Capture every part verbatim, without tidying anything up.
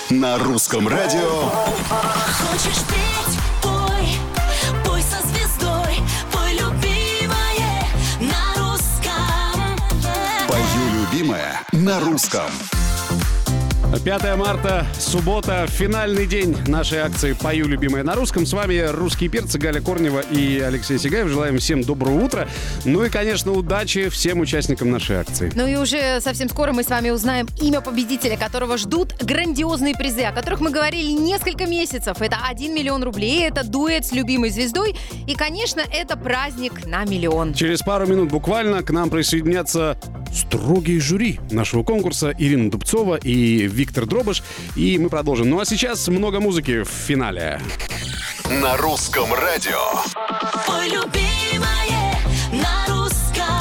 На русском радио. Хочешь петь? Пой, пой со звездой, пой, любимое, на русском. Пою любимое на русском. пятое марта, суббота, финальный день нашей акции «Пою любимое на русском». С вами русские перцы Галя Корнева и Алексей Сигаев. Желаем всем доброго утра. Ну и, конечно, удачи всем участникам нашей акции. Ну и уже совсем скоро мы с вами узнаем имя победителя, которого ждут грандиозные призы, о которых мы говорили несколько месяцев. Это один миллион рублей, это дуэт с любимой звездой и, конечно, это праздник на миллион. Через пару минут буквально к нам присоединятся строгие жюри нашего конкурса Ирина Дубцова и Виктор Дробыш. И мы продолжим. Ну а сейчас много музыки в финале. На русском радио. Пой, любимое, на русском.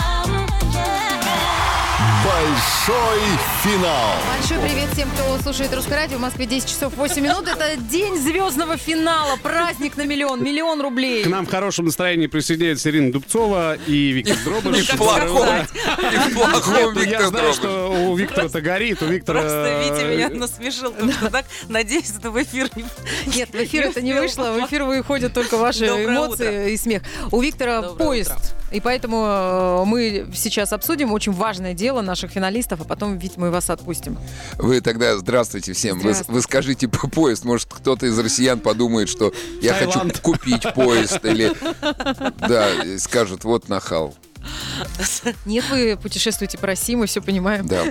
Большой финал. Большой привет всем, кто слушает Русское радио. В Москве десять часов восемь минут. Это день звездного финала. Праздник на миллион. Миллион рублей. К нам в хорошем настроении присоединяется Ирина Дубцова и Виктор Дробыш. И в плохом. И в плохом Я Виктор знаю, Дробыш. что у Виктора-то горит, у Виктора... Просто Витя меня насмешил, потому что так, надеюсь, это в эфир не... Нет, в эфир это не вышло. В эфир выходят только ваши Доброе эмоции утро. и смех. У Виктора Доброе поезд. утро. И поэтому э, мы сейчас обсудим очень важное дело наших финалистов, а потом, Вить, мы вас отпустим. Вы тогда здравствуйте всем. Вы, Здравствуйте. вы скажите по поезд. Может, кто-то из россиян подумает, что я Таиланд. хочу купить поезд. Или да, и скажут, вот нахал. Нет, вы путешествуете по России, мы все понимаем. Да.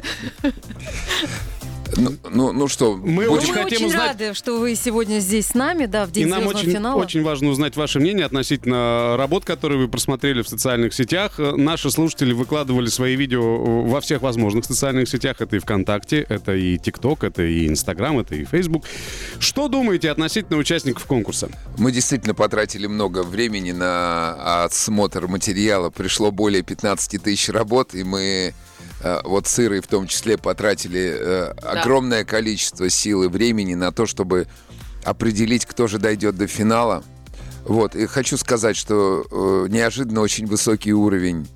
Ну, ну, ну что, Мы будем- Мы хотим очень узнать- рады, что вы сегодня здесь с нами, да, в И день нам звездного очень, финала. очень важно узнать ваше мнение относительно работ, которые вы просмотрели в социальных сетях. Наши слушатели выкладывали свои видео во всех возможных социальных сетях. Это и ВКонтакте, это и ТикТок, это и Инстаграм, это и Фейсбук. Что думаете относительно участников конкурса? Мы действительно потратили много времени на отсмотр материала. Пришло более пятнадцать тысяч работ, и мы э, вот с Ирой в том числе потратили э, огромное количество сил и времени на то, чтобы определить, кто же дойдет до финала. Вот. И хочу сказать, что э, неожиданно очень высокий уровень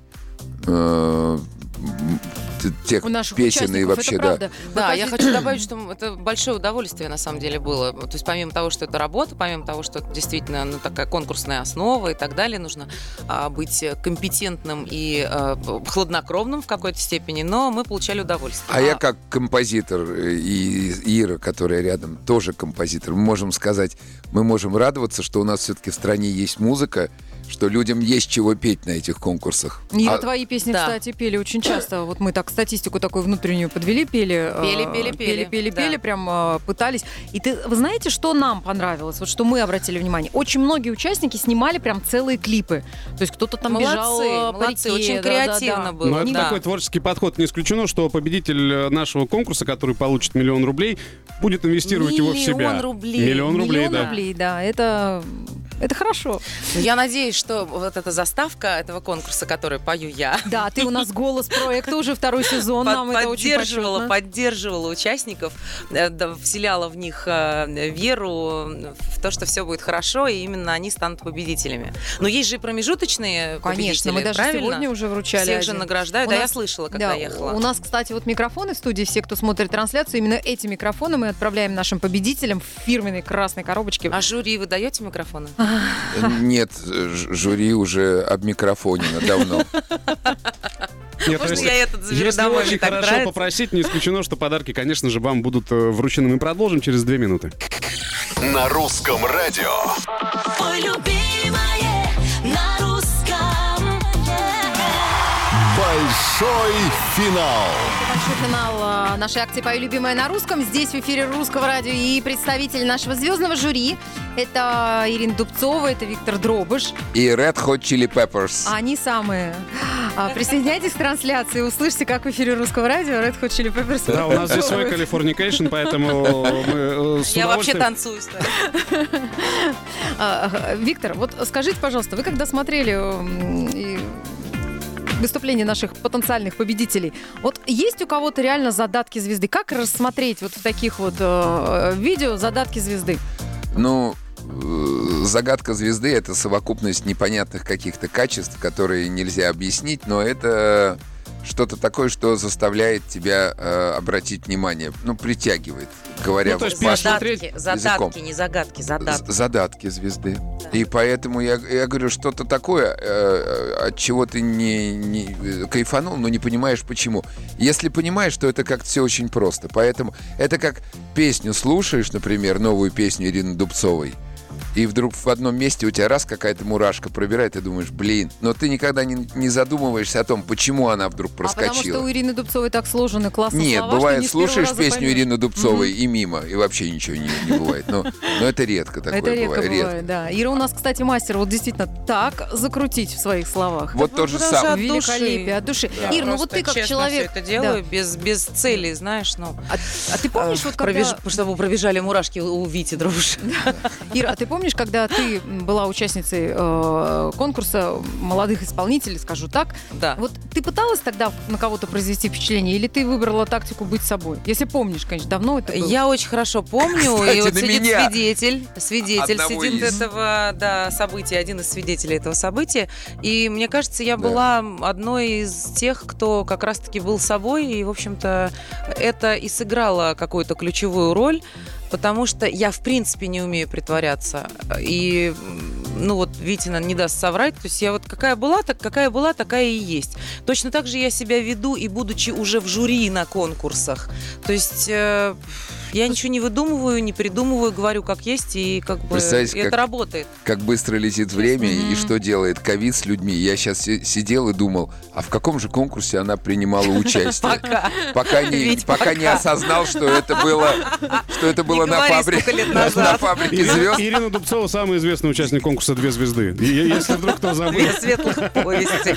э, т- тех У наших песен и участников, вообще, это да. правда. Да, Вы я хотите- хочу добавить, что это большое удовольствие на самом деле было. То есть помимо того, что это работа, помимо того, что это действительно ну, такая конкурсная основа и так далее, нужно а, быть компетентным и а, хладнокровным в какой-то степени, но мы получали удовольствие. А я как композитор э, и Ира, которая рядом, тоже композитор, мы можем сказать, мы можем радоваться, что у нас все-таки в стране есть музыка, что людям есть чего петь на этих конкурсах. Ира, А- твои песни, Да. кстати, пели очень часто. Вот мы так статистику такую внутреннюю подвели, пели. э, Пели, пели, Пели, пели. пели, Да. пели, прям э, пытались. И ты, вы знаете, что нам понравилось? Вот что мы обратили внимание. Очень многие участники снимали прям целые клипы. То есть кто-то там молодцы, бежал э, по молодцы, реке, очень да, да, креативно да. было. Ну, это да. такой творческий подход. Не исключено, что победитель э, нашего конкурса, который получит миллион рублей, будет инвестировать его в себя. Миллион рублей. Миллион рублей, Миллион да. рублей, да. Это, это хорошо. Ну, я надеюсь, что вот эта заставка этого конкурса, который пою я, Да, ты у нас голос проекта уже второй сезон. под- Нам это очень поддерживала, почетно. поддерживала участников, э, да, вселяла в них э, веру в то, что все будет хорошо, и именно они станут победителями. Но есть же и промежуточные Конечно, победители, мы даже правильно? сегодня уже вручали Всех же один. награждают. У Да, я нас- слышала, когда Да, ехала. у нас, кстати, вот микрофоны в студии, все, кто смотрит трансляцию, именно эти микрофоны мы отправляем нашим победителям в фирменной красной коробочке. А жюри вы даете микрофоны? Нет, ж- жюри уже обмикрофонено давно. Нет, Можно если- я этот заберу Если домой, очень мне так хорошо нравится. попросить, не исключено, что подарки, конечно же, вам будут э, вручены. Мы продолжим через две минуты. На русском радио. Пой, любимое, на русском. Большой финал. Большой финал а, нашей акции «Пою любимое на русском». Здесь в эфире Русского радио и представитель нашего звездного жюри. Это Ирина Дубцова, это Виктор Дробыш. И Red Hot Chili Peppers. А они самые. А, присоединяйтесь к трансляции, услышьте, как в эфире Русского радио Red Hot Chili Peppers. Да, у нас здесь свой Californication, поэтому мы э, с Я вообще удовольствием... танцую. кстати. А, а, Виктор, вот скажите, пожалуйста, вы когда смотрели м, и выступления наших потенциальных победителей, вот есть у кого-то реально задатки звезды? Как рассмотреть вот в таких вот э, видео задатки звезды? Ну, э, загадка звезды — это совокупность непонятных каких-то качеств, которые нельзя объяснить, но это что-то такое, что заставляет тебя э, обратить внимание, ну, притягивает, говоря Ну, то есть вашим посмотреть Задатки, задатки, языком. не загадки, задатки. З- задатки звезды. И поэтому я, я говорю, что-то такое, э, от чего ты не, не кайфанул, но не понимаешь почему. Если понимаешь, то это как-то все очень просто. Поэтому это как песню слушаешь, например, новую песню Ирины Дубцовой, и вдруг в одном месте у тебя раз какая-то мурашка пробирает, и думаешь, блин, но ты никогда не, не задумываешься о том, почему она вдруг А проскочила. потому что у Ирины Дубцовой так сложены классные Нет, слова, что бывает, не с первого слушаешь раза песню поймешь. Ирины Дубцовой и мимо, и вообще ничего не, не бывает. Но, но это редко такое Это редко бывает. бывает, да. Ира у нас, кстати, мастер вот действительно так закрутить в своих словах. Вот то же Потому самое. что от души. Великолепие, от души. Да, Ир, ну вот просто ты как честно человек... всё это делаю, без, без цели, знаешь, ну... А, а ты помнишь, вот когда... Пробеж- Чтобы пробежали мурашки у у Вити Дробыша. Ира, а ты помнишь, когда ты была участницей э, конкурса молодых исполнителей, скажу так, Да. вот ты пыталась тогда на кого-то произвести впечатление, или ты выбрала тактику быть собой? Если помнишь, конечно, давно это было. Я очень хорошо помню, Кстати, и вот на сидит меня. свидетель, свидетель Одного сидит из. этого да, события, один из свидетелей этого события. И мне кажется, я Да. была одной из тех, кто как раз-таки был собой, и, в общем-то, это и сыграло какую-то ключевую роль. Потому что я, в принципе, не умею притворяться. И, ну вот, Витина не даст соврать. То есть я вот какая была, так какая была, такая и есть. Точно так же я себя веду, и будучи уже в жюри на конкурсах. То есть э, я ничего не выдумываю, не придумываю, говорю как есть, и как бы Представляете, и это как- работает. Как быстро летит время, Мгм. и что делает ковид с людьми. Я сейчас сидел и думал, а в каком же конкурсе она принимала участие? Пока. Пока не, Ведь пока не пока. осознал, что это было, что это было на говори, фабрике, сколько лет на назад. фабрике Ирина, звезд. Ирина Дубцова самый известный участник конкурса «Две звезды». И е- если вдруг кто забыл. Две светлых повести.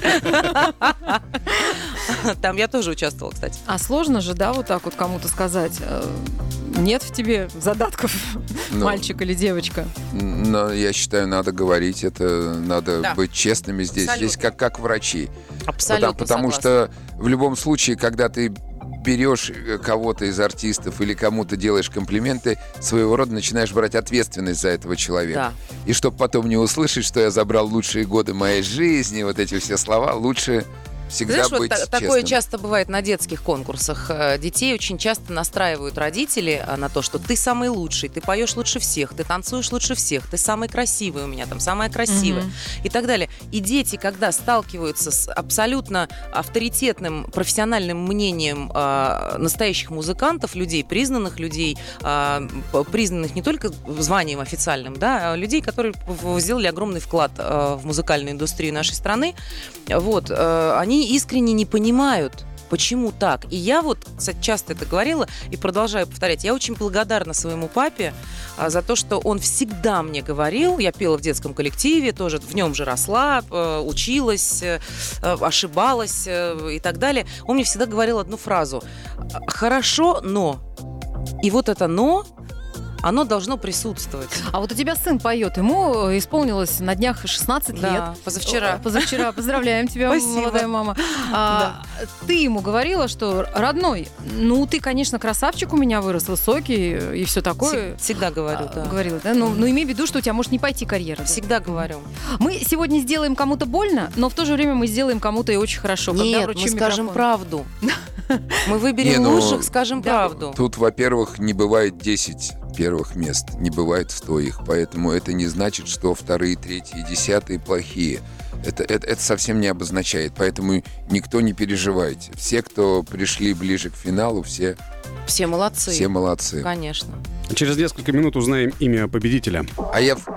Там я тоже участвовала, кстати. А сложно же, да, вот так вот кому-то сказать, э, нет в тебе задатков, Ну, мальчик или девочка? Но я считаю, надо говорить, это надо Да. быть честными здесь. Абсолютно. Здесь как, как врачи. Абсолютно Потому, потому согласна. что в любом случае, когда ты берешь э, кого-то из артистов или кому-то делаешь комплименты, своего рода начинаешь брать ответственность за этого человека. Да. И чтобы потом не услышать, что я забрал лучшие годы моей жизни, вот эти все слова, лучше всегда Знаешь, вот быть та- честным. такое часто бывает на детских конкурсах. Э, Детей очень часто настраивают родители э, на то, что ты самый лучший, ты поешь лучше всех, ты танцуешь лучше всех, ты самый красивый у меня, там самая красивая Мгм. и так далее. И дети, когда сталкиваются с абсолютно авторитетным профессиональным мнением э, настоящих музыкантов, людей, признанных людей, э, п- признанных не только званием официальным, да, а людей, которые в- сделали огромный вклад э, в музыкальную индустрию нашей страны, вот, э, они искренне не понимают, почему так. И я вот, кстати, часто это говорила и продолжаю повторять. Я очень благодарна своему папе а, за то, что он всегда мне говорил, я пела в детском коллективе, тоже в нем же росла, э, училась, э, ошибалась э, и так далее. Он мне всегда говорил одну фразу. «Хорошо, но». И вот это «но», оно должно присутствовать. А вот у тебя сын поет, ему исполнилось на днях шестнадцать лет. Да, позавчера. О, Позавчера. Поздравляем тебя, Спасибо. молодая мама. А, Ты ему говорила, что, родной, ну ты, конечно, красавчик у меня вырос, высокий и все такое. Всег- Всегда говорю, А, да. Говорила, да? Ну, ну, имей в виду, что у тебя может не пойти карьера. да. Всегда говорю. Мы сегодня сделаем кому-то больно, но в то же время мы сделаем кому-то и очень хорошо. когда Нет, вручим мы скажем микрофон. правду. Мы выберем Не, ну, лучших, скажем да. правду. Тут, во-первых, не бывает десять первых мест, не бывает сто их, поэтому это не значит, что вторые, третьи и десятые плохие. Это, это, это совсем не обозначает, поэтому никто не переживайте. Все, кто пришли ближе к финалу, все, Все молодцы. все молодцы. Конечно. Через несколько минут узнаем имя победителя. А я в-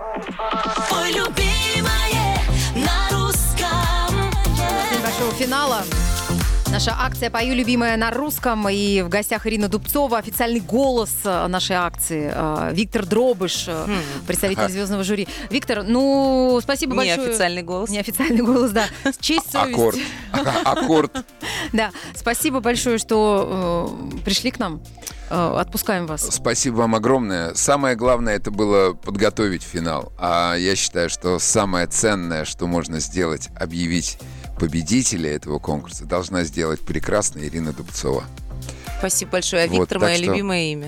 Ой, любимая, на русском. День большого финала. Наша акция «Пою, любимая» на русском. И в гостях Ирина Дубцова, официальный голос э, нашей акции. э, Виктор Дробыш, э, Хм. представитель звездного жюри. Виктор, ну, спасибо большое. Неофициальный голос. Неофициальный голос, да. Честь, совесть. аккорд. А- Аккорд. Да, спасибо большое, что э, пришли к нам. Э, отпускаем вас. Спасибо вам огромное. Самое главное, это было подготовить финал. А я считаю, что самое ценное, что можно сделать, объявить победителя этого конкурса, должна сделать прекрасная Ирина Дубцова. Спасибо большое. А Вот, Виктор так мое что- любимое имя.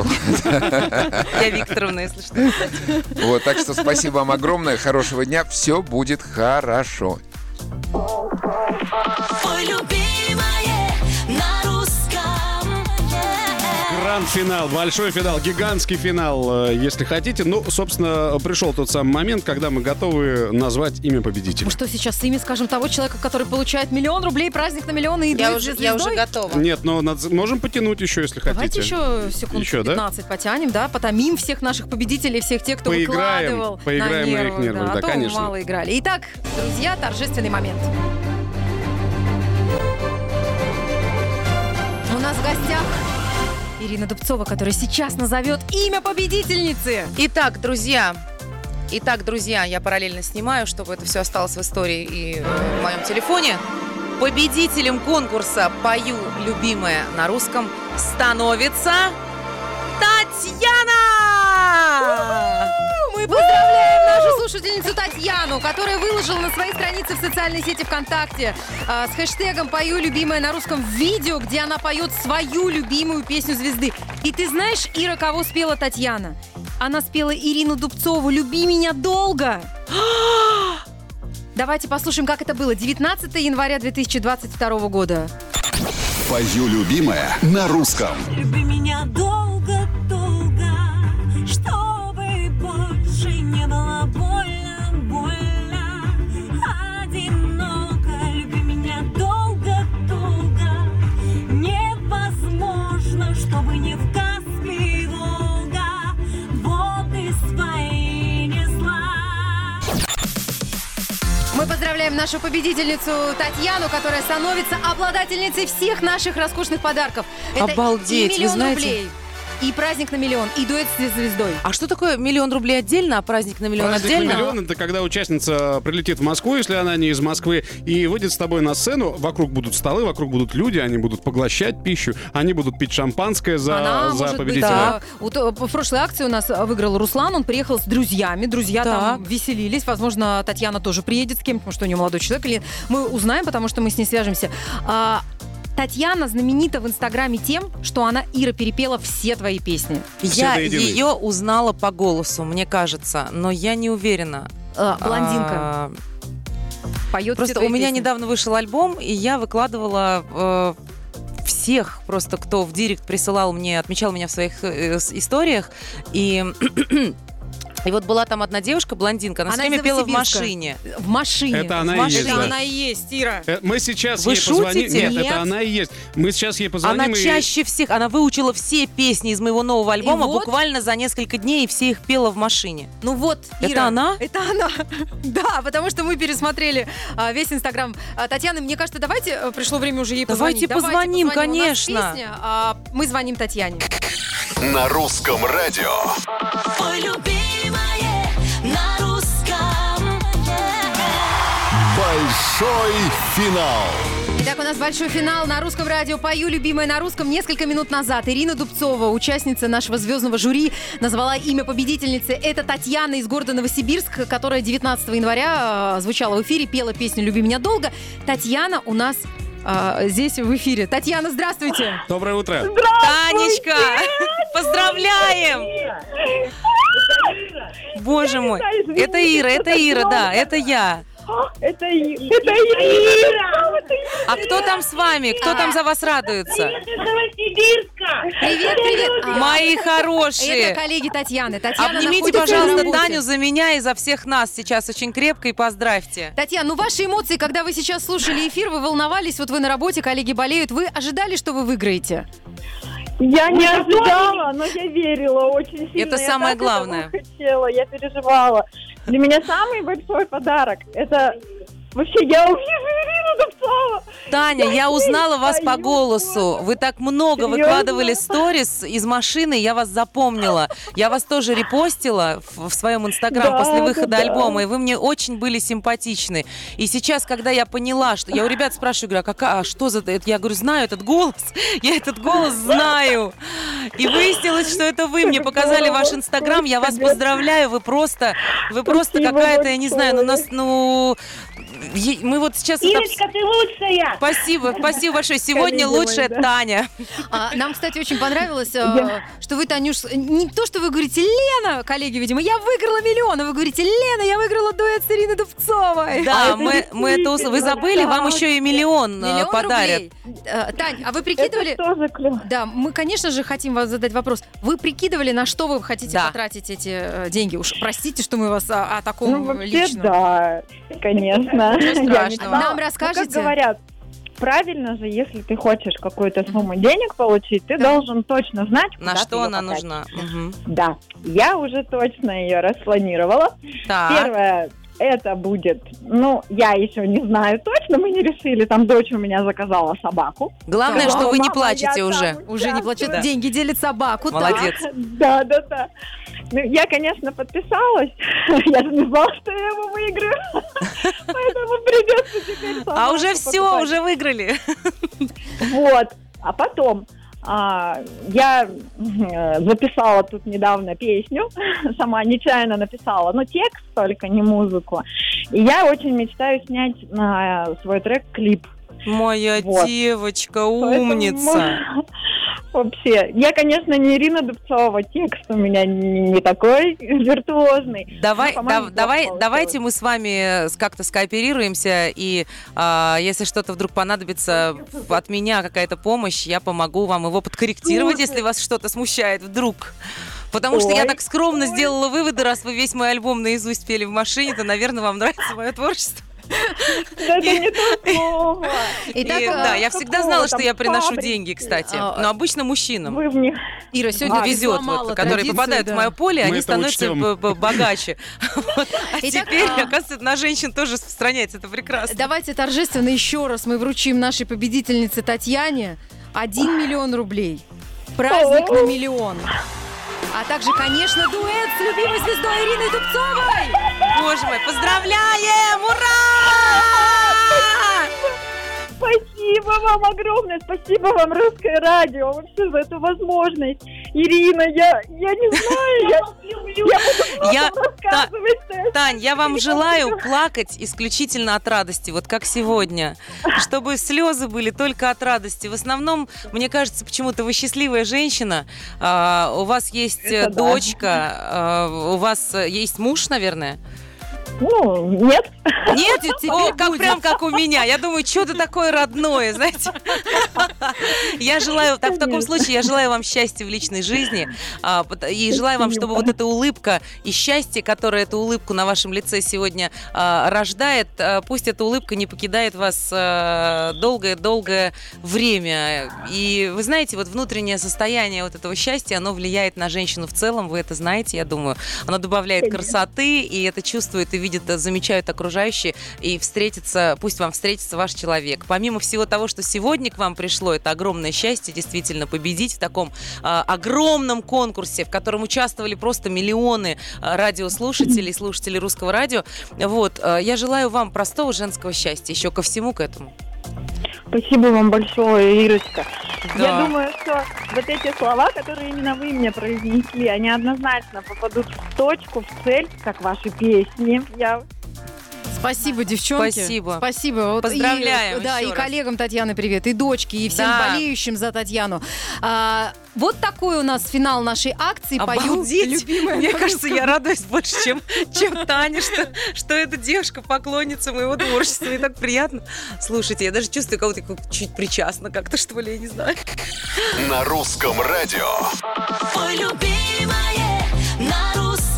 Я Викторовна, если что. Вот, так что спасибо вам огромное, хорошего дня, все будет хорошо. Ой, любимая, Гранд-финал, большой финал, гигантский финал, э, если хотите. Ну, собственно, пришел тот самый момент, когда мы готовы назвать имя победителя. Мы что, сейчас с имя скажем того человека, который получает миллион рублей, праздник на миллион и Я дует уже, звездой? я уже готова. Нет, но надо- можем потянуть еще, если Давайте хотите. еще секунд Еще, да? пятнадцать потянем, да, потомим всех наших победителей, всех тех, кто Поиграем, выкладывал поиграем на на их нервы, нервы, да, да, а то мы конечно. мало играли. Итак, друзья, торжественный момент. У нас в гостях Ирина Дубцова, которая сейчас назовет имя победительницы. Итак, друзья, итак, друзья, я параллельно снимаю, чтобы это все осталось в истории и э, в моем телефоне. Победителем конкурса «Пою любимое на русском» становится Татьяна! Мы поздравляем нашу слушательницу Татьяну, которая выложила на своей странице в социальной сети ВКонтакте э, с хэштегом «Пою любимое на русском» видео, где она поет свою любимую песню звезды. И ты знаешь, Ира, кого спела Татьяна? Она спела Ирину Дубцову «Люби меня долго». Давайте послушаем, как это было. девятнадцатого января две тысячи двадцать второго года. Пою любимое на русском. Люби меня долго-долго, чтобы больше не было больно, больно, одиноко. Люби меня долго-долго, невозможно, чтобы не в Каспий Волга воды свои несла. Мы поздравляем нашу победительницу Татьяну, которая становится обладательницей всех наших роскошных подарков. Это Обалдеть, и вы миллион знаете- рублей, и праздник на миллион, и дуэт с звездой. А что такое миллион рублей отдельно, а праздник на миллион Праздник отдельно? на миллион — это когда участница прилетит в Москву, если она не из Москвы, и выйдет с тобой на сцену. Вокруг будут столы, вокруг будут люди, они будут поглощать пищу, они будут пить шампанское за, Она, за может быть, победителя. да. Вот, э, в прошлой акции у нас выиграл Руслан, он приехал с друзьями, друзья там Так. веселились, возможно, Татьяна тоже приедет с кем-то, потому что у нее молодой человек, или мы узнаем, потому что мы с ней свяжемся. А, Татьяна знаменита в Инстаграме тем, что она, Ира, перепела все твои песни. Все Я до единой. ее узнала по голосу, мне кажется, но я не уверена. Э, блондинка. А, Поет Просто все твои у меня песни. недавно вышел альбом, и я выкладывала э, всех просто, кто в директ присылал мне, отмечал меня в своих э, с- историях. И, и вот была там одна девушка, блондинка, она, Она все время из пела в Новосибирска. машине. В машине. Это она в и есть, машине. да. она и есть, Ира. Э, Мы сейчас Вы ей позвоним. шутите? Нет, Нет. это она и есть. Мы сейчас ей позвоним. Она и- чаще всех, она выучила все песни из моего нового альбома вот- буквально за несколько дней, и все их пела в машине. Ну вот, Это Ира, она? Это она. Да, потому что мы пересмотрели а, весь Инстаграм а, Татьяны. Мне кажется, давайте, э, пришло время уже ей Давайте позвонить. позвоним, позвоним. У нас конечно. песня, а, мы звоним Татьяне. На русском радио. Пой любимое на русском. Большой финал. Итак, у нас большой финал на русском радио «Пою любимое на русском». Несколько минут назад Ирина Дубцова, участница нашего звездного жюри, назвала имя победительницы. Это Татьяна из города Новосибирск, которая девятнадцатого января э, звучала в эфире, пела песню «Люби меня долго». Татьяна у нас э, здесь в эфире. Татьяна, здравствуйте. Доброе утро. Танечка, поздравляем! Боже мой, это Ира, это Ира, да, это я. Это, И- это Ира! А кто там с вами? Кто там за вас радуется? Это Новосибирска! Привет, привет. А, Мои Это хорошие. коллеги Татьяны. Татьяна Обнимите, находится на пожалуйста, работе. Таню за меня и за всех нас сейчас очень крепко и поздравьте. Татьяна, ну ваши эмоции, когда вы сейчас слушали эфир, вы волновались, вот вы на работе, коллеги болеют, вы ожидали, что вы выиграете? Я не ожидала, но я верила очень сильно. Это Я самое так главное. этого хотела, я переживала. Для меня самый большой подарок — это вообще я увижу Ирину Дубцову. Таня, я узнала вас по пою, голосу. Вы так много Серьезно? выкладывали сторис из машины, я вас запомнила. Я вас тоже репостила в, в своем инстаграм Да, после выхода да, да. альбома, и вы мне очень были симпатичны. И сейчас, когда я поняла, что... Я у ребят спрашиваю, говорю, а, какая, а что за... это? Я говорю, знаю этот голос, я этот голос знаю. И выяснилось, что это вы. Мне показали ваш инстаграм, я вас поздравляю, вы просто... Вы просто Спасибо какая-то, я не знаю, ну, нас, большое. ну... е- мы вот сейчас... это Ирочка, ты лучшая! Спасибо, спасибо большое. Сегодня Коллеги мои, лучшая да. Таня. А, нам, кстати, очень понравилось, э, что вы, Танюш, не то, что вы говорите, Лена, коллеги, видимо, я выиграла миллион, а вы говорите, Лена, я выиграла дуэт с Ириной Дубцовой. Да, это мы, мы это ус- Вы забыли, вам еще и миллион, э, Миллион подарят. рублей. Э, Тань, а вы прикидывали... Это тоже клево. Да, мы, конечно же, хотим вам задать вопрос. Вы прикидывали, на что вы хотите Да. потратить эти э, деньги? Уж простите, что мы вас о, о таком Ну, вообще, личном. да, конечно. Ничего Я не страшного. знала. Нам Ну, расскажете? как говорят, правильно же, если ты хочешь какую-то сумму денег получить, ты Да. должен точно знать, На куда ты что её она потратишь. нужна? Мгм. Да, я уже точно ее распланировала. Так. Первое, это будет, ну, я еще не знаю точно, мы не решили, там дочь у меня заказала собаку. Главное, Да. что вы не Мама, плачете я уже. там Уже не плачет, Да. деньги делит собаку. так. Молодец. Да, да, да. Ну, я, конечно, подписалась. Я же не знала, что я его выиграю. Поэтому придется теперь А собаку уже все, покупать. уже выиграли. Вот. А потом а, я э, записала тут недавно песню, сама нечаянно написала, но текст только, не музыку. И я очень мечтаю снять на свой трек клип. Моя Вот. девочка, Поэтому, умница. Вообще, я, конечно, не Ирина Дубцова, текст у меня не, не такой виртуозный. Давай, Ну, по-моему, дав- давай, плохо давайте получилось. мы с вами с- как-то скооперируемся, и а, если что-то вдруг понадобится от меня, какая-то помощь, я помогу вам его подкорректировать, Слушай. если вас что-то смущает вдруг. Потому что я Ой, так скромно ой. сделала выводы, раз вы весь мой альбом наизусть пели в машине, то, наверное, вам нравится мое творчество. Да это не то слово. Итак, И, э, да, я всегда какого знала, что там я приношу фабрики? деньги, кстати. А, Но обычно мужчинам. Вы мне... Ира, сегодня А, ты Везет, сломала вот, которые традицию, попадают да. в мое поле, Мы они это становятся учтем. б- б- богаче. Вот. А Итак, теперь, а- оказывается, на женщин тоже распространяется. Это прекрасно. Давайте торжественно еще раз мы вручим нашей победительнице Татьяне один миллион рублей. Праздник на миллион. А также, конечно, дуэт с любимой звездой Ириной Дубцовой. Боже мой, поздравляем! Ура! Спасибо вам огромное, спасибо вам, Русское радио, вообще за эту возможность. Ирина, я, я не знаю, я, я буду Я- просто рассказывать. что- Тань, я вам желаю плакать исключительно от радости, вот как сегодня. Чтобы слезы были только от радости. В основном, мне кажется, почему-то вы счастливая женщина, а, у вас есть э, Это да. дочка, а, у вас э, есть муж, наверное? Ну, нет. Нет, теперь О, как, будет. прям как у меня. Я думаю, что-то такое родное, знаете. Я желаю, так, в таком случае, я желаю вам счастья в личной жизни. а, пот- И желаю вам, чтобы вот эта улыбка и счастье, которое эту улыбку на вашем лице сегодня а, рождает, а, пусть эта улыбка не покидает вас а, долгое-долгое время. И вы знаете, вот внутреннее состояние вот этого счастья, оно влияет на женщину в целом, вы это знаете, я думаю. Оно добавляет красоты, и это чувствует и видит, замечают окружающие, и встретится, пусть вам встретится ваш человек. Помимо всего того, что сегодня к вам пришло, это огромное счастье действительно победить в таком а, огромном конкурсе, в котором участвовали просто миллионы а, радиослушателей, слушателей русского радио. Вот, а, я желаю вам простого женского счастья, еще ко всему к этому. Спасибо вам большое, Ирочка. Да. Я думаю, что вот эти слова, которые именно вы мне произнесли, они однозначно попадут в точку, в цель, как ваши песни. Я Спасибо, девчонки. Спасибо. Спасибо. Вот Поздравляем И, да, еще и раз. коллегам Татьяны привет, и дочке, и всем Да. болеющим за Татьяну. А, вот такой у нас финал нашей акции. Пою Обалдеть! любимая Мне на кажется, русском. я радуюсь больше, чем, чем Таня, что, что эта девушка поклонница моего творчества. Мне так приятно. Слушайте, я даже чувствую кого-то как чуть причастна как-то, что ли, я не знаю. На русском радио. Ой, любимая, на русском.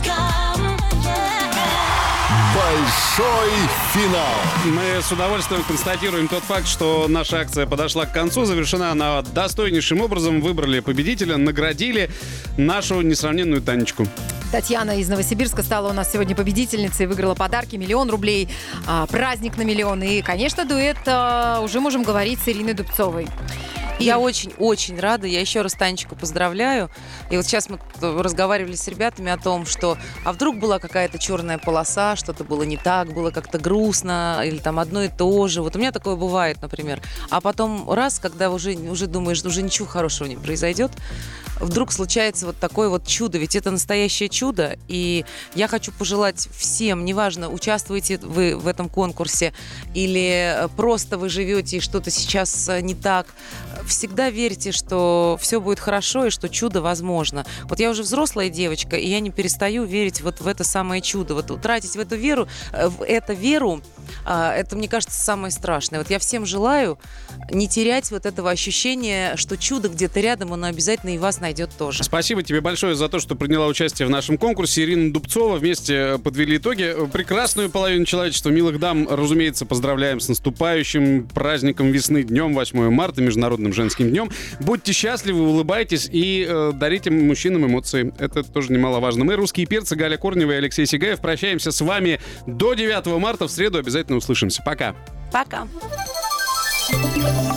Большой финал. Мы с удовольствием констатируем тот факт, что наша акция подошла к концу. Завершена она достойнейшим образом. Выбрали победителя, наградили нашу несравненную Танечку. Татьяна из Новосибирска стала у нас сегодня победительницей, выиграла подарки, миллион рублей, а, праздник на миллион. И, конечно, дуэт а, уже можем говорить с Ириной Дубцовой. Я очень-очень рада. Я еще раз Танечку поздравляю. И вот сейчас мы разговаривали с ребятами о том, что а вдруг была какая-то черная полоса, что-то было не так, было как-то грустно, или там одно и то же. Вот у меня такое бывает, например. А потом раз, когда уже, уже думаешь, уже ничего хорошего не произойдет, вдруг случается вот такое вот чудо. Ведь это настоящее чудо. И я хочу пожелать всем, неважно, участвуете вы в этом конкурсе или просто вы живете и что-то сейчас не так, всегда верьте, что все будет хорошо и что чудо возможно. Вот я уже взрослая девочка, и я не перестаю верить вот в это самое чудо. Вот утратить в эту веру, в эту веру, это, мне кажется, самое страшное. Вот я всем желаю не терять вот этого ощущения, что чудо где-то рядом, оно обязательно и вас найдет тоже. Спасибо тебе большое за то, что приняла участие в нашем конкурсе. Ирина Дубцова. Вместе подвели итоги. Прекрасную половину человечества, милых дам, разумеется, поздравляем с наступающим праздником весны, днем восьмое марта, Международным женским днем. Будьте счастливы, улыбайтесь и э, дарите мужчинам эмоции. Это тоже немаловажно. Мы, русские перцы, Галя Корнева и Алексей Сигаев, прощаемся с вами до девятого марта. В среду обязательно услышимся. Пока. Пока.